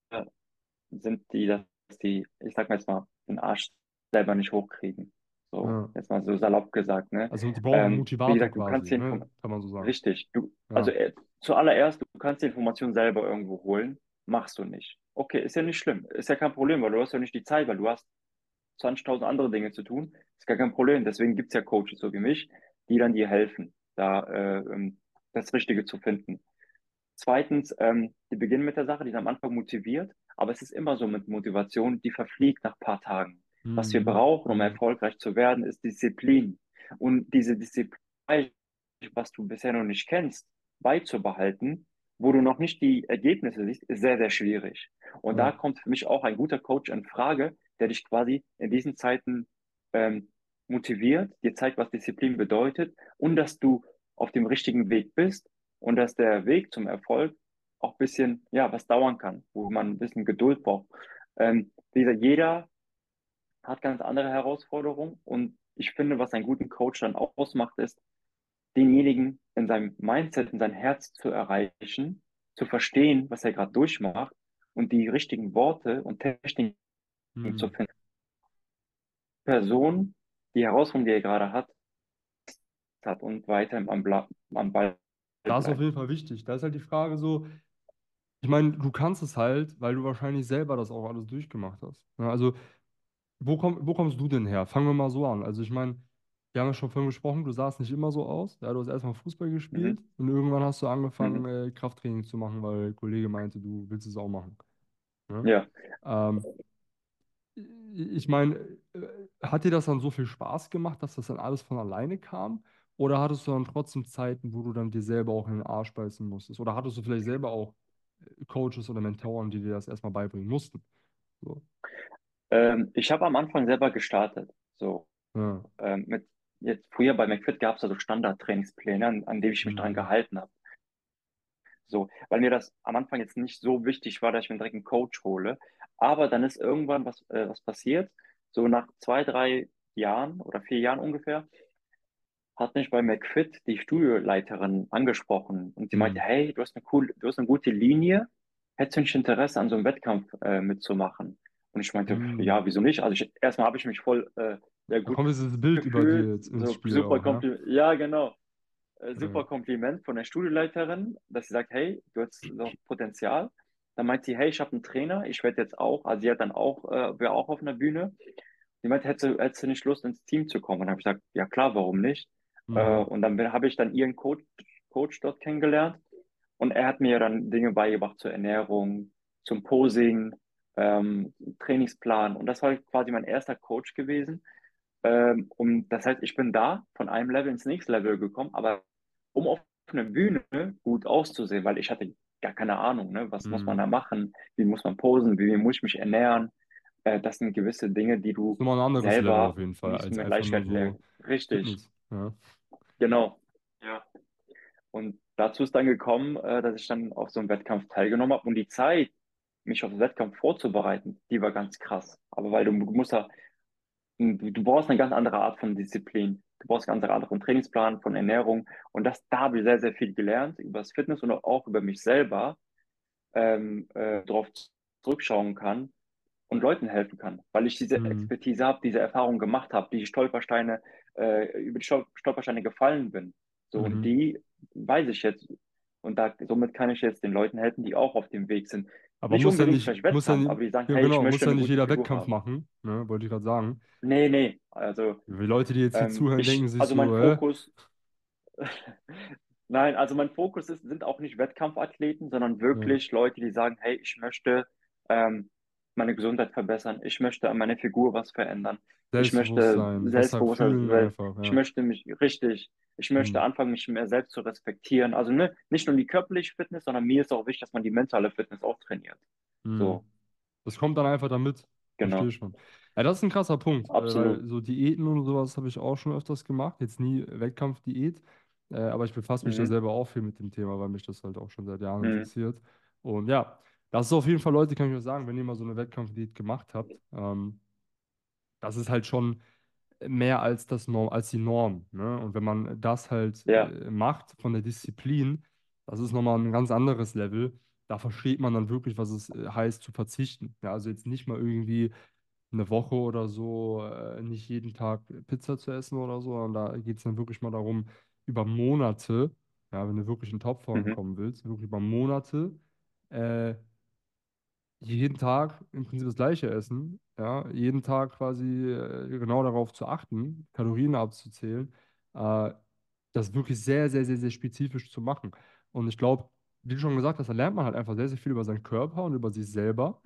sind die, dass die, ich sag mal jetzt mal, den Arsch selber nicht hochkriegen. So, Ja. jetzt mal so salopp gesagt, ne? Also die brauchen einen Ähm, wie Motivator gesagt, du quasi, kannst die ne? Inform Kann man so sagen. richtig, du, also Ja. äh, zuallererst, du kannst die Information selber irgendwo holen, machst du nicht. Okay, ist ja nicht schlimm, ist ja kein Problem, weil du hast ja nicht die Zeit, weil du hast zwanzigtausend andere Dinge zu tun, ist gar kein Problem. Deswegen gibt's ja Coaches so wie mich, die dann dir helfen, da äh, ähm, das Richtige zu finden. Zweitens, ähm, die beginnen mit der Sache, die sind am Anfang motiviert, aber es ist immer so mit Motivation, die verfliegt nach ein paar Tagen. Was wir Mhm. brauchen, um Mhm. erfolgreich zu werden, ist Disziplin. Und diese Disziplin, was du bisher noch nicht kennst, beizubehalten, wo du noch nicht die Ergebnisse siehst, ist sehr, sehr schwierig. Und da Ja. kommt für mich auch ein guter Coach in Frage, der dich quasi in diesen Zeiten ähm, motiviert, dir zeigt, was Disziplin bedeutet und dass du auf dem richtigen Weg bist und dass der Weg zum Erfolg auch ein bisschen, ja, was dauern kann, wo man ein bisschen Geduld braucht. Ähm, wie gesagt, jeder hat ganz andere Herausforderungen und ich finde, was einen guten Coach dann auch ausmacht, ist, denjenigen in seinem Mindset, in sein Herz zu erreichen, zu verstehen, was er gerade durchmacht und die richtigen Worte und Techniken zu Mhm. finden. Person, die Herausforderung, die er gerade hat, hat und weiter am, Bla am Ball Das ist auf bleibt. jeden Fall wichtig. Da ist halt die Frage so, ich meine, du kannst es halt, weil du wahrscheinlich selber das auch alles durchgemacht hast. Ja, also, wo komm, wo kommst du denn her? Fangen wir mal so an. Also, ich meine, wir haben ja schon vorhin gesprochen, du sahst nicht immer so aus. Ja, du hast erstmal Fußball gespielt Mhm. und irgendwann hast du angefangen, Mhm. äh, Krafttraining zu machen, weil ein Kollege meinte, du willst es auch machen. Ne? Ja. Ähm, Ich meine, äh, hat dir das dann so viel Spaß gemacht, dass das dann alles von alleine kam? Oder hattest du dann trotzdem Zeiten, wo du dann dir selber auch in den Arsch beißen musstest? Oder hattest du vielleicht selber auch äh, Coaches oder Mentoren, die dir das erstmal beibringen mussten? So. Ähm, ich habe am Anfang selber gestartet. So, Ja. ähm, mit jetzt früher bei McFit gab es also Standard-Trainingspläne, an, an denen ich mich dran Mhm. gehalten habe. So, weil mir das am Anfang jetzt nicht so wichtig war, dass ich mir direkt einen Coach hole. Aber dann ist irgendwann was, äh, was passiert. So nach zwei, drei Jahren oder vier Jahren ungefähr hat mich bei McFit die Studioleiterin angesprochen und sie meinte, Mhm. hey, du hast eine cool, du hast eine gute Linie, hättest du nicht Interesse an so einem Wettkampf äh, mitzumachen? Und ich meinte, Mhm. ja, wieso nicht? Also ich, erstmal habe ich mich voll äh, sehr Da gut kommt dieses Bild über gefühlt, dir jetzt ins so Spiel super auch, ja? Kompliment, ja genau, äh, Ja. super Kompliment von der Studioleiterin, dass sie sagt, hey, du hast noch Potenzial. Dann meint sie, hey, ich habe einen Trainer, ich werde jetzt auch, also sie hat dann auch, äh, wäre auch auf einer Bühne. Sie meinte, hättest du, hättest du nicht Lust, ins Team zu kommen? Und dann habe ich gesagt, ja klar, warum nicht? Äh, Mhm. und dann bin- habe ich dann ihren Coach, Coach dort kennengelernt. Und er hat mir dann Dinge beigebracht zur Ernährung, zum Posing, ähm, Trainingsplan. Und das war quasi mein erster Coach gewesen. Ähm, und das heißt, ich bin da von einem Level ins nächste Level gekommen, aber um auf einer Bühne gut auszusehen, weil ich hatte gar keine Ahnung, ne, was muss man Mhm. da machen, wie muss man posen, wie muss ich mich ernähren. Äh, das sind gewisse Dinge, die Ist du nochmal ein anderes Level auf selber jeden Fall, nicht als mit einfach nur Leichtigkeit so lernst. Richtig, Fitness. Ja. genau. Ja. Und dazu ist dann gekommen, äh, dass ich dann auf so einem Wettkampf teilgenommen habe und die Zeit, mich auf den Wettkampf vorzubereiten, die war ganz krass. Aber weil du musst da Du, du brauchst eine ganz andere Art von Disziplin. Du brauchst eine ganz andere Art von Trainingsplan, von Ernährung. Und das, da habe ich sehr, sehr viel gelernt über das Fitness und auch über mich selber, ähm, äh, darauf zurückschauen kann und Leuten helfen kann, weil ich diese Mhm. Expertise habe, diese Erfahrung gemacht habe, die Stolpersteine, äh, über die Stol Stolpersteine gefallen bin. So, und Mhm. die weiß ich jetzt. Und da, somit kann ich jetzt den Leuten helfen, die auch auf dem Weg sind. Aber Nicht muss ja unbedingt nicht, vielleicht muss ja Wettkampf, nicht, aber die sagen, ja, hey, ich genau, muss möchte ja eine nicht gute jeder Figur Wettkampf haben. machen, ne, wollte ich gerade sagen. Nee, nee, also Die Leute, die jetzt hier ähm, zuhören, denken ich, sich also mein so, hä? Fokus, nein, also mein Fokus ist, sind auch nicht Wettkampfathleten, sondern Ja. wirklich Leute, die sagen, hey, ich möchte ähm, meine Gesundheit verbessern, ich möchte an meiner Figur was verändern, ich möchte Selbstbewusstsein, besser selbstbewusster, fühlen se- einfach, ich ja. möchte mich richtig, ich möchte Hm. anfangen, mich mehr selbst zu respektieren. Also ne, nicht nur die körperliche Fitness, sondern mir ist auch wichtig, dass man die mentale Fitness auch trainiert. Hm. So, Das kommt dann einfach damit. Verstehe genau, ich schon. Ja, das ist ein krasser Punkt, äh, weil absolut. so Diäten und sowas habe ich auch schon öfters gemacht. Jetzt nie Wettkampfdiät, äh, aber ich befasse mich da Mhm. selber auch viel mit dem Thema, weil mich das halt auch schon seit Jahren Mhm. interessiert. Und ja, das ist auf jeden Fall, Leute, kann ich euch sagen, wenn ihr mal so eine Wettkampfdiät gemacht habt, ähm, das ist halt schon. mehr als das Norm, als die Norm. Ne? Und wenn man das halt Ja. äh, macht von der Disziplin, das ist nochmal ein ganz anderes Level. Da versteht man dann wirklich, was es äh, heißt zu verzichten. Ja, also jetzt nicht mal irgendwie eine Woche oder so, äh, nicht jeden Tag Pizza zu essen oder so, sondern da geht es dann wirklich mal darum, über Monate, ja, wenn du wirklich in Topform Mhm. kommen willst, wirklich über Monate, äh, jeden Tag im Prinzip das gleiche essen, ja, jeden Tag quasi äh, genau darauf zu achten, Kalorien abzuzählen, äh, das wirklich sehr, sehr, sehr, sehr spezifisch zu machen. Und ich glaube, wie du schon gesagt hast, da lernt man halt einfach sehr, sehr viel über seinen Körper und über sich selber.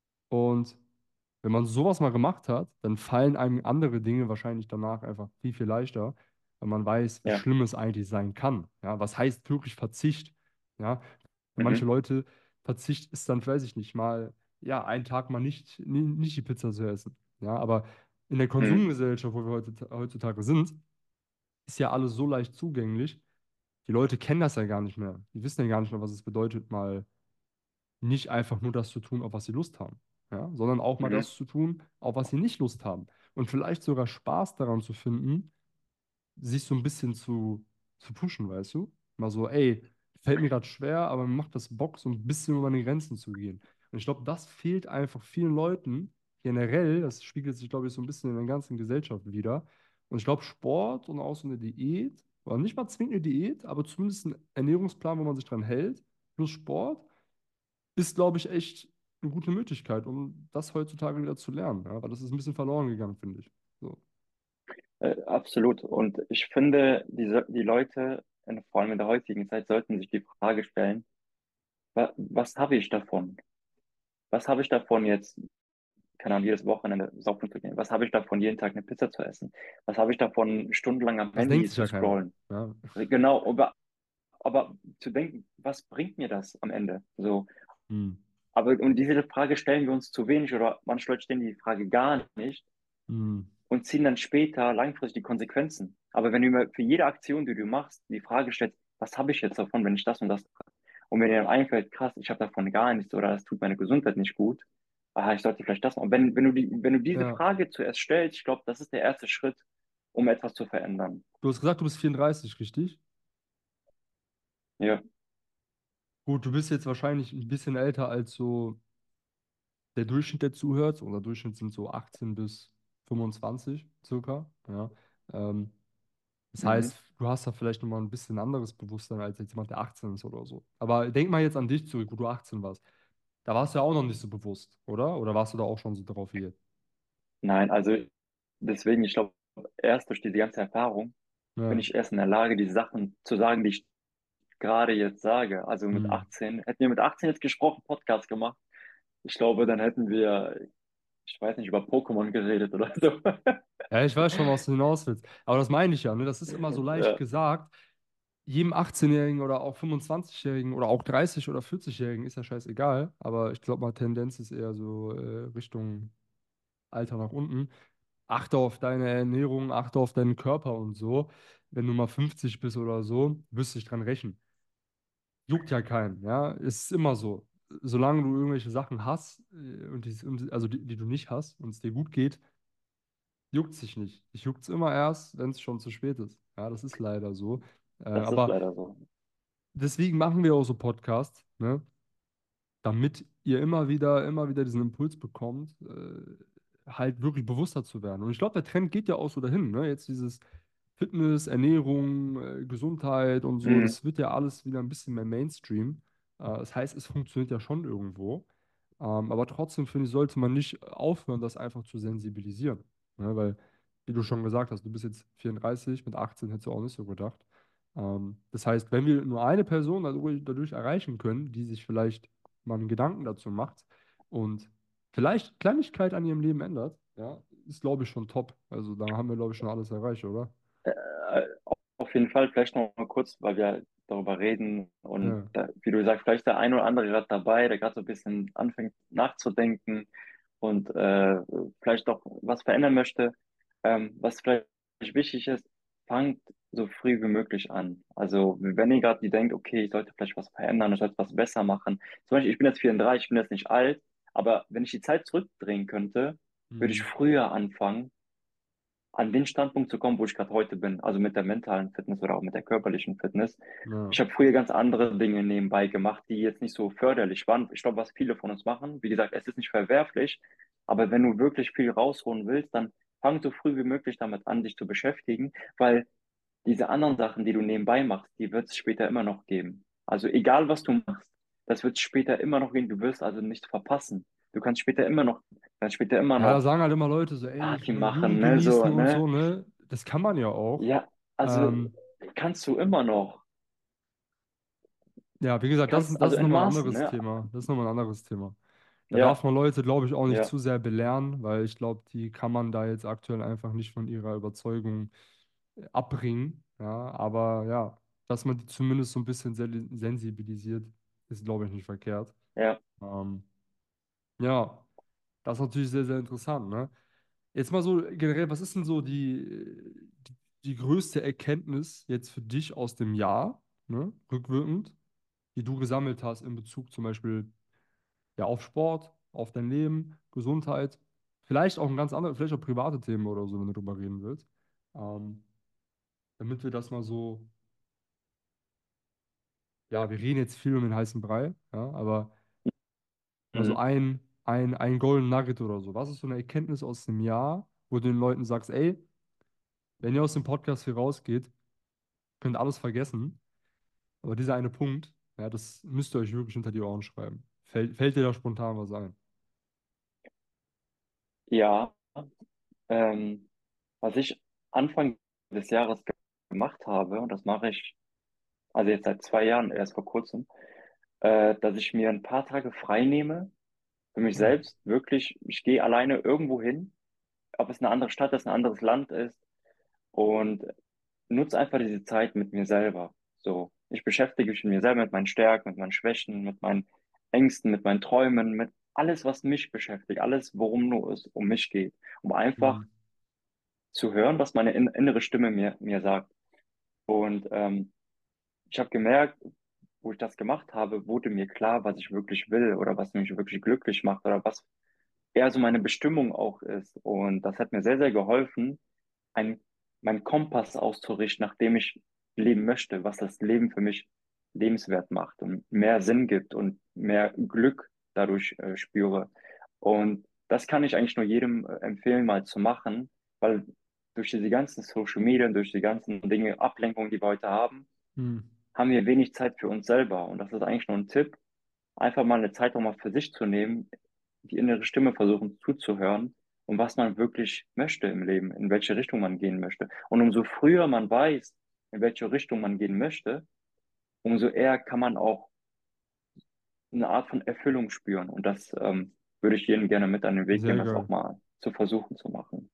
Und wenn man sowas mal gemacht hat, dann fallen einem andere Dinge wahrscheinlich danach einfach viel, viel leichter, weil man weiß, wie Ja. schlimm es eigentlich sein kann. Ja, was heißt wirklich Verzicht? Ja, für manche Mhm. Leute, Verzicht ist dann, weiß ich nicht, mal, ja, einen Tag mal nicht, nie- nicht die Pizza zu essen. Ja, aber in der Mhm. Konsumgesellschaft, wo wir heute, heutzutage sind, ist ja alles so leicht zugänglich. Die Leute kennen das ja gar nicht mehr. Die wissen ja gar nicht mehr, was es bedeutet, mal nicht einfach nur das zu tun, auf was sie Lust haben, ja, sondern auch mal Mhm. das zu tun, auf was sie nicht Lust haben. Und vielleicht sogar Spaß daran zu finden, sich so ein bisschen zu, zu pushen, weißt du? Mal so, ey, fällt mir gerade schwer, aber mir macht das Bock, so ein bisschen über meine Grenzen zu gehen. Und ich glaube, das fehlt einfach vielen Leuten generell. Das spiegelt sich, glaube ich, so ein bisschen in der ganzen Gesellschaft wieder. Und ich glaube, Sport und auch so eine Diät, oder nicht mal zwingend eine Diät, aber zumindest ein Ernährungsplan, wo man sich dran hält, plus Sport, ist, glaube ich, echt eine gute Möglichkeit, um das heutzutage wieder zu lernen. Ja? Weil das ist ein bisschen verloren gegangen, finde ich. So. Äh, absolut. Und ich finde, die, so- die Leute, in, vor allem in der heutigen Zeit, sollten sich die Frage stellen, wa, was habe ich davon? Was habe ich davon jetzt, keine Ahnung, jedes Wochenende saufen zu gehen? Was habe ich davon, jeden Tag eine Pizza zu essen? Was habe ich davon, stundenlang am Das denkt Handy sich zu ja keiner. scrollen? Ja. Genau, aber, aber zu denken, was bringt mir das am Ende? So, Hm. aber und diese Frage stellen wir uns zu wenig oder manche Leute stellen die Frage gar nicht Hm. und ziehen dann später langfristig die Konsequenzen. Aber wenn du mir für jede Aktion, die du machst, die Frage stellst, was habe ich jetzt davon, wenn ich das und das mache? Und wenn dir dann einfällt, krass, ich habe davon gar nichts oder das tut meine Gesundheit nicht gut, aha, ich sollte vielleicht das machen. Wenn, wenn du die, wenn du diese Ja. Frage zuerst stellst, ich glaube, das ist der erste Schritt, um etwas zu verändern. Du hast gesagt, du bist vierunddreißig, richtig? Ja. Gut, du bist jetzt wahrscheinlich ein bisschen älter als so der Durchschnitt, der zuhört. Oder Durchschnitt sind so achtzehn bis fünfundzwanzig circa. Ja. Ähm, das Mhm. heißt, du hast da vielleicht nochmal ein bisschen anderes Bewusstsein als jetzt jemand, der achtzehn ist oder so. Aber denk mal jetzt an dich zurück, wo du achtzehn warst. Da warst du ja auch noch nicht so bewusst, oder? Oder warst du da auch schon so drauf wie jetzt? Nein, also deswegen, ich glaube, erst durch diese ganze Erfahrung bin Ja. ich erst in der Lage, die Sachen zu sagen, die ich gerade jetzt sage. Also mit Hm. achtzehn, hätten wir mit achtzehn jetzt gesprochen, Podcast gemacht, ich glaube, dann hätten wir, ich weiß nicht, über Pokémon geredet oder so. Ja, ich weiß schon, was du hinaus willst. Aber das meine ich ja, ne? Das ist immer so leicht Ja, gesagt. Jedem achtzehn-Jährigen oder auch fünfundzwanzig-Jährigen oder auch dreißig- oder vierzig-Jährigen ist ja scheißegal. Aber ich glaube mal, Tendenz ist eher so äh, Richtung Alter nach unten. Achte auf deine Ernährung, achte auf deinen Körper und so. Wenn du mal fünfzig bist oder so, wirst du dich dran rächen. Juckt ja keinen, ja. Es ist immer so. Solange du irgendwelche Sachen hast, äh, und die, und- also die, die du nicht hast und es dir gut geht, juckt sich nicht. Ich juckt's immer erst, wenn es schon zu spät ist. Ja, das ist leider so. Äh, das ist aber leider so. deswegen machen wir auch so Podcasts, ne? Damit ihr immer wieder, immer wieder diesen Impuls bekommt, äh, halt wirklich bewusster zu werden. Und ich glaube, der Trend geht ja auch so dahin, ne? Jetzt dieses Fitness, Ernährung, äh, Gesundheit und so, Mhm. das wird ja alles wieder ein bisschen mehr Mainstream. Äh, das heißt, es funktioniert ja schon irgendwo. Ähm, aber trotzdem finde ich, sollte man nicht aufhören, das einfach zu sensibilisieren. Ne? Weil, wie du schon gesagt hast, du bist jetzt vierunddreißig, mit achtzehn hättest du auch nicht so gedacht. Ähm, das heißt, wenn wir nur eine Person dadurch, dadurch erreichen können, die sich vielleicht mal einen Gedanken dazu macht und vielleicht Kleinigkeit an ihrem Leben ändert, ja, ist, glaube ich, schon top. Also da haben wir, glaube ich, schon alles erreicht, oder? Äh, auf jeden Fall, vielleicht noch mal kurz, weil wir darüber reden und Ja. da, wie du sagst, vielleicht der ein oder andere gerade dabei, der gerade so ein bisschen anfängt nachzudenken und äh, vielleicht doch was verändern möchte. Ähm, was vielleicht wichtig ist, fangt so früh wie möglich an. Also wenn ihr gerade die denkt, okay, ich sollte vielleicht was verändern, ich sollte was besser machen. Zum Beispiel, ich bin jetzt vierunddreißig, ich bin jetzt nicht alt, aber wenn ich die Zeit zurückdrehen könnte, würde ich Mhm. früher anfangen an den Standpunkt zu kommen, wo ich gerade heute bin, also mit der mentalen Fitness oder auch mit der körperlichen Fitness. Ja. Ich habe früher ganz andere Dinge nebenbei gemacht, die jetzt nicht so förderlich waren. Ich glaube, was viele von uns machen, wie gesagt, es ist nicht verwerflich, aber wenn du wirklich viel rausholen willst, dann fang so früh wie möglich damit an, dich zu beschäftigen, weil diese anderen Sachen, die du nebenbei machst, die wird es später immer noch geben. Also egal, was du machst, das wird es später immer noch geben. Du wirst also nichts verpassen. Du kannst später immer noch, kannst später immer Ja, da noch sagen halt immer Leute so, ey, ich Party will meine Jugend machen, ne, so, genießen und ne? so, ne? Das kann man ja auch. Ja, also Ähm, kannst du immer noch. ja, wie gesagt, das ist, Kannst, das also ist in nochmal ein Maßen, anderes ne? Thema. Das ist nochmal ein anderes Thema. Da darf Ja, man Leute, glaube ich, auch nicht ja, zu sehr belehren, weil ich glaube, die kann man da jetzt aktuell einfach nicht von ihrer Überzeugung äh, abbringen. Ja, aber ja, dass man die zumindest so ein bisschen sen- sensibilisiert, ist, glaube ich, nicht verkehrt. ja. Ähm, ja, das ist natürlich sehr, sehr interessant, ne? Jetzt mal so generell, was ist denn so die, die, die größte Erkenntnis jetzt für dich aus dem Jahr, ne, rückwirkend, die du gesammelt hast in Bezug zum Beispiel ja, auf Sport, auf dein Leben, Gesundheit, vielleicht auch ein ganz anderes, vielleicht auch private Themen oder so, wenn du drüber reden willst. Ähm, damit wir das mal so, ja, wir reden jetzt viel um den heißen Brei, ja, aber mal so Mhm. ein, ein, ein Golden Nugget oder so. Was ist so eine Erkenntnis aus dem Jahr, wo du den Leuten sagst, ey, wenn ihr aus dem Podcast hier rausgeht, könnt alles vergessen, aber dieser eine Punkt, ja, das müsst ihr euch wirklich unter die Ohren schreiben. Fällt, fällt dir da spontan was ein? Ja, ähm, was ich Anfang des Jahres ge- gemacht habe, und das mache ich also jetzt seit zwei Jahren, erst vor kurzem, äh, dass ich mir ein paar Tage frei nehme für mich Hm. selbst, wirklich, ich gehe alleine irgendwo hin, ob es eine andere Stadt ist, ein anderes Land ist und nutze einfach diese Zeit mit mir selber. So, ich beschäftige mich mit mir selber, mit meinen Stärken, mit meinen Schwächen, mit meinen Ängsten, mit meinen Träumen, mit alles, was mich beschäftigt, alles, worum nur es um mich geht, um einfach Hm. zu hören, was meine in innere Stimme mir, mir sagt. Und ähm, ich habe gemerkt, wo ich das gemacht habe, wurde mir klar, was ich wirklich will oder was mich wirklich glücklich macht oder was eher so meine Bestimmung auch ist. Und das hat mir sehr, sehr geholfen, ein, meinen Kompass auszurichten, nach dem ich leben möchte, was das Leben für mich lebenswert macht und mehr Sinn gibt und mehr Glück dadurch äh, spüre. Und das kann ich eigentlich nur jedem äh, empfehlen, mal zu machen, weil durch diese ganzen Social Media und durch die ganzen Dinge, Ablenkungen, die wir heute haben, Hm. haben wir wenig Zeit für uns selber. Und das ist eigentlich nur ein Tipp, einfach mal eine Zeit auch mal für sich zu nehmen, die innere Stimme versuchen zuzuhören und was man wirklich möchte im Leben, in welche Richtung man gehen möchte. Und umso früher man weiß, in welche Richtung man gehen möchte, umso eher kann man auch eine Art von Erfüllung spüren. Und das ähm, würde ich jedem gerne mit an den Weg geben, Sehr das geil. auch mal zu versuchen zu machen.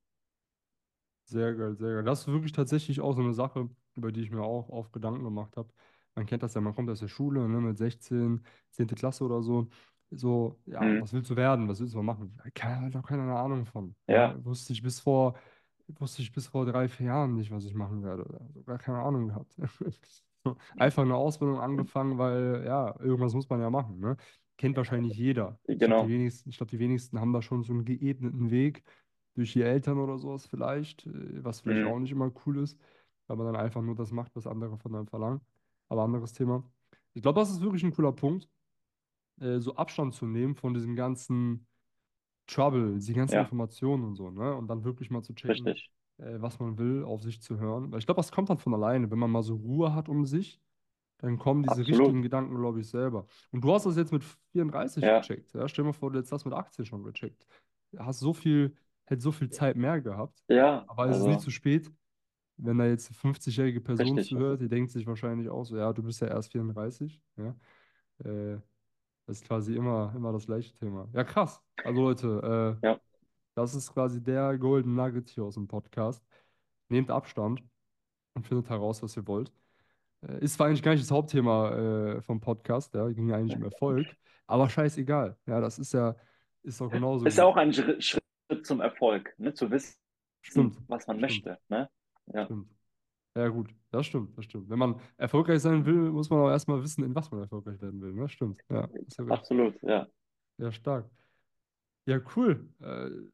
Sehr geil, sehr geil. Das ist wirklich tatsächlich auch so eine Sache, über die ich mir auch oft Gedanken gemacht habe. Man kennt das ja, man kommt aus der Schule, ne, mit sechzehn, zehnte Klasse oder so. So, ja, Mhm. was willst du werden? Was willst du mal machen? Keine, halt auch keine Ahnung von. Ja, Ja, wusste ich bis vor, wusste ich bis vor drei, vier Jahren nicht, was ich machen werde. Also gar keine Ahnung gehabt. So, einfach eine Ausbildung angefangen, weil, ja, irgendwas muss man ja machen, ne? Kennt wahrscheinlich jeder. Ich glaube, die genau. wenigsten, ich glaube, die wenigsten haben da schon so einen geebneten Weg durch die Eltern oder sowas vielleicht, äh, was vielleicht auch Mhm. nicht immer cool ist, weil man dann einfach nur das macht, was andere von einem verlangen. Aber anderes Thema. Ich glaube, das ist wirklich ein cooler Punkt, äh, so Abstand zu nehmen von diesem ganzen Trouble, die ganzen Ja, Informationen und so, ne? Und dann wirklich mal zu checken, richtig. äh, was man will, auf sich zu hören. Weil ich glaube, das kommt dann von alleine, wenn man mal so Ruhe hat um sich, dann kommen diese richtigen Absolut. Gedanken, glaube ich, selber. Und du hast das jetzt mit vierunddreißig Ja, gecheckt, ja? Stell dir mal vor, du hättest das mit achtzehn schon gecheckt. Hast so viel, hättest so viel Zeit mehr gehabt. ja, Aber es ist nie also zu spät, wenn da jetzt eine fünfzigjährige Person richtig. Das zuhört, ist, die denkt sich wahrscheinlich auch so, ja, du bist ja erst vierunddreißig, ja. Äh, Das ist quasi immer, immer das gleiche Thema. Ja, krass. Also Leute, äh, ja. das ist quasi der Golden Nugget hier aus dem Podcast. Nehmt Abstand und findet heraus, was ihr wollt. Äh, ist zwar eigentlich gar nicht das Hauptthema äh, vom Podcast, ja, ging ja eigentlich um Erfolg, aber scheißegal. Ja, das ist ja, ist doch genauso Ist gut. auch ein Schritt Schritt zum Erfolg, ne? Zu wissen, Stimmt, was man stimmt, möchte, ne? Ja, stimmt. Ja, gut, das stimmt, das stimmt. Wenn man erfolgreich sein will, muss man auch erstmal wissen, in was man erfolgreich werden will. Ne? Stimmt, ja, hast du recht. absolut, ja. Ja, stark. Ja, cool. Äh,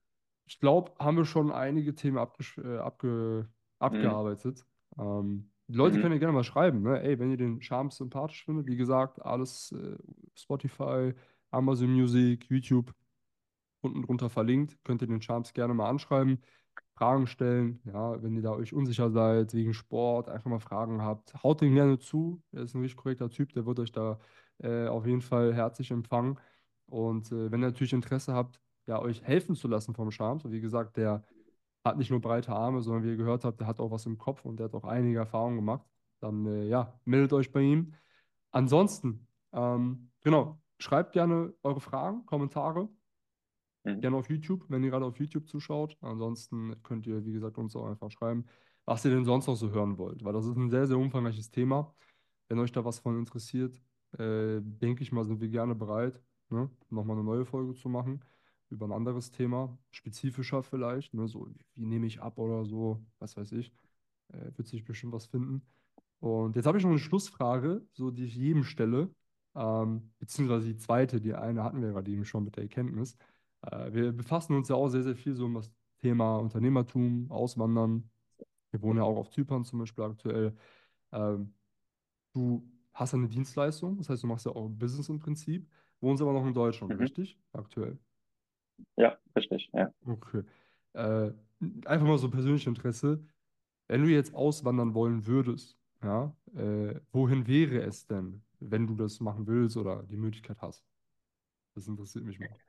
ich glaube, haben wir schon einige Themen abgesch äh, abge Mhm. abgearbeitet. Ähm, die Leute Mhm. können ja gerne mal schreiben, ne? Ey, wenn ihr den Charme sympathisch findet, wie gesagt, alles äh, Spotify, Amazon Music, YouTube unten drunter verlinkt. Könnt ihr den Charms gerne mal anschreiben, Fragen stellen. Ja, wenn ihr da euch unsicher seid wegen Sport, einfach mal Fragen habt, haut den gerne zu. Er ist ein richtig korrekter Typ, der wird euch da äh, auf jeden Fall herzlich empfangen. Und äh, wenn ihr natürlich Interesse habt, ja, euch helfen zu lassen vom Charmes, und wie gesagt, der hat nicht nur breite Arme, sondern wie ihr gehört habt, der hat auch was im Kopf und der hat auch einige Erfahrungen gemacht, dann äh, ja, meldet euch bei ihm. Ansonsten, ähm, genau, schreibt gerne eure Fragen, Kommentare. Mhm. Gerne auf YouTube, wenn ihr gerade auf YouTube zuschaut. Ansonsten könnt ihr, wie gesagt, uns auch einfach schreiben, was ihr denn sonst noch so hören wollt, weil das ist ein sehr, sehr umfangreiches Thema. Wenn euch da was von interessiert, äh, denke ich mal, sind wir gerne bereit, ne, nochmal eine neue Folge zu machen über ein anderes Thema, spezifischer vielleicht, ne, so wie, wie nehme ich ab oder so, was weiß ich. Äh, wird sich bestimmt was finden. Und jetzt habe ich noch eine Schlussfrage, so die ich jedem stelle, ähm, beziehungsweise die zweite, die eine hatten wir gerade eben schon mit der Erkenntnis. Äh, wir befassen uns ja auch sehr, sehr viel so um das Thema Unternehmertum, Auswandern. Wir wohnen ja auch auf Zypern zum Beispiel aktuell. Ähm, du hast ja eine Dienstleistung, das heißt, du machst ja auch Business im Prinzip, wohnst aber noch in Deutschland, Mhm. richtig? Aktuell. Ja, richtig. Ja. Okay. Äh, einfach mal so persönliches Interesse. Wenn du jetzt auswandern wollen würdest, ja, äh, wohin wäre es denn, wenn du das machen willst oder die Möglichkeit hast? Das interessiert mich mal.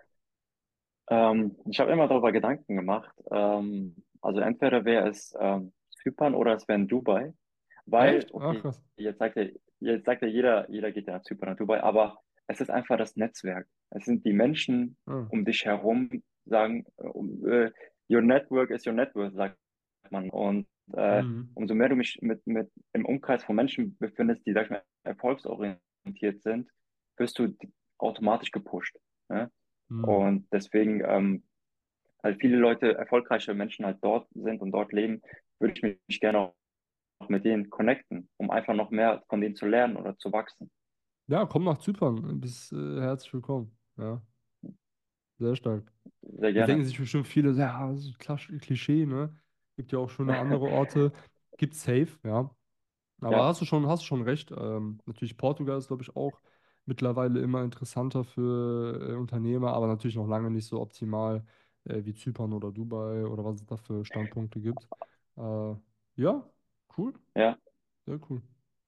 Ähm, ich habe immer darüber Gedanken gemacht. Ähm, also entweder wäre es ähm, Zypern oder es wäre in Dubai. Weil, Echt? Ach, okay, krass. jetzt sagt ja, jetzt sagt ja jeder, jeder geht ja nach Zypern, nach Dubai, aber es ist einfach das Netzwerk. Es sind die Menschen Ah. um dich herum, sagen, äh, um, äh, your network is your network, sagt man. Und äh, Mhm. umso mehr du mich mit, mit im Umkreis von Menschen befindest, die, sag ich mal, erfolgsorientiert sind, wirst du automatisch gepusht. Ne? Mhm. Und deswegen, ähm, weil viele Leute, erfolgreiche Menschen halt dort sind und dort leben, würde ich mich gerne auch mit denen connecten, um einfach noch mehr von denen zu lernen oder zu wachsen. Ja, komm nach Zypern. Bist äh, herzlich willkommen. Ja, sehr stark. Sehr Jetzt gerne. denken sich bestimmt viele, ja, das ist Klasch- Klischee, ne? Gibt ja auch schöne andere Orte. Gibt safe, ja. Aber Ja, hast du schon, hast du schon recht. Ähm, natürlich Portugal ist, glaube ich, auch mittlerweile immer interessanter für äh, Unternehmer, aber natürlich noch lange nicht so optimal äh, wie Zypern oder Dubai oder was es da für Standpunkte gibt. Äh, ja, cool, ja, sehr cool.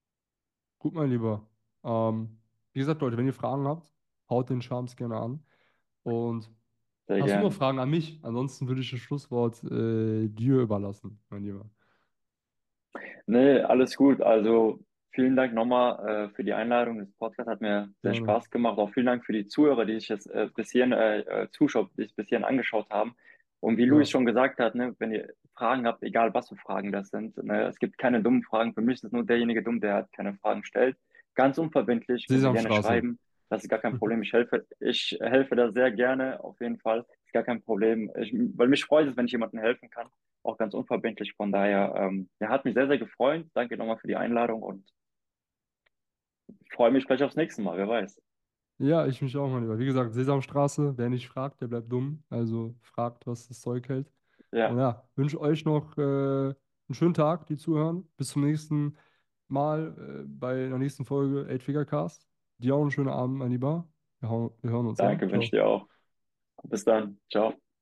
Gut, mein Lieber. Ähm, wie gesagt, Leute, wenn ihr Fragen habt, haut den Charmes gerne an. Und sehr hast du noch gerne. Fragen an mich? Ansonsten würde ich das Schlusswort äh, dir überlassen, mein Lieber. Nee, alles gut. Also vielen Dank nochmal äh, für die Einladung. Das Podcast hat mir sehr Gerne. Spaß gemacht. Auch vielen Dank für die Zuhörer, die sich das äh, bis hierhin, äh, äh, Zuschauer, die sich bis hierhin angeschaut haben. Und wie Luis Ja, schon gesagt hat, ne, wenn ihr Fragen habt, egal was für Fragen das sind, ne, es gibt keine dummen Fragen. Für mich ist nur derjenige dumm, der halt keine Fragen stellt. Ganz unverbindlich, könnt ihr gerne Sesamstraße. schreiben. Das ist gar kein Problem. Ich helfe, ich helfe da sehr gerne, auf jeden Fall. Ist gar kein Problem. Ich, weil mich freut es, wenn ich jemandem helfen kann, auch ganz unverbindlich. Von daher, ähm, ja, hat mich sehr, sehr gefreut. Danke nochmal für die Einladung und ich freue mich gleich aufs nächste Mal, wer weiß. Ja, ich mich auch, mein Lieber. Wie gesagt, Sesamstraße, wer nicht fragt, der bleibt dumm. Also fragt, was das Zeug hält. Und Ja, ja, wünsche euch noch äh, einen schönen Tag, die zuhören. Bis zum nächsten Mal äh, bei der nächsten Folge Eight Figure Cast. Dir auch einen schönen Abend, mein Lieber. Wir, hau- wir hören uns, ja? danke, wünsche Ciao. dir auch. Bis dann. Ciao.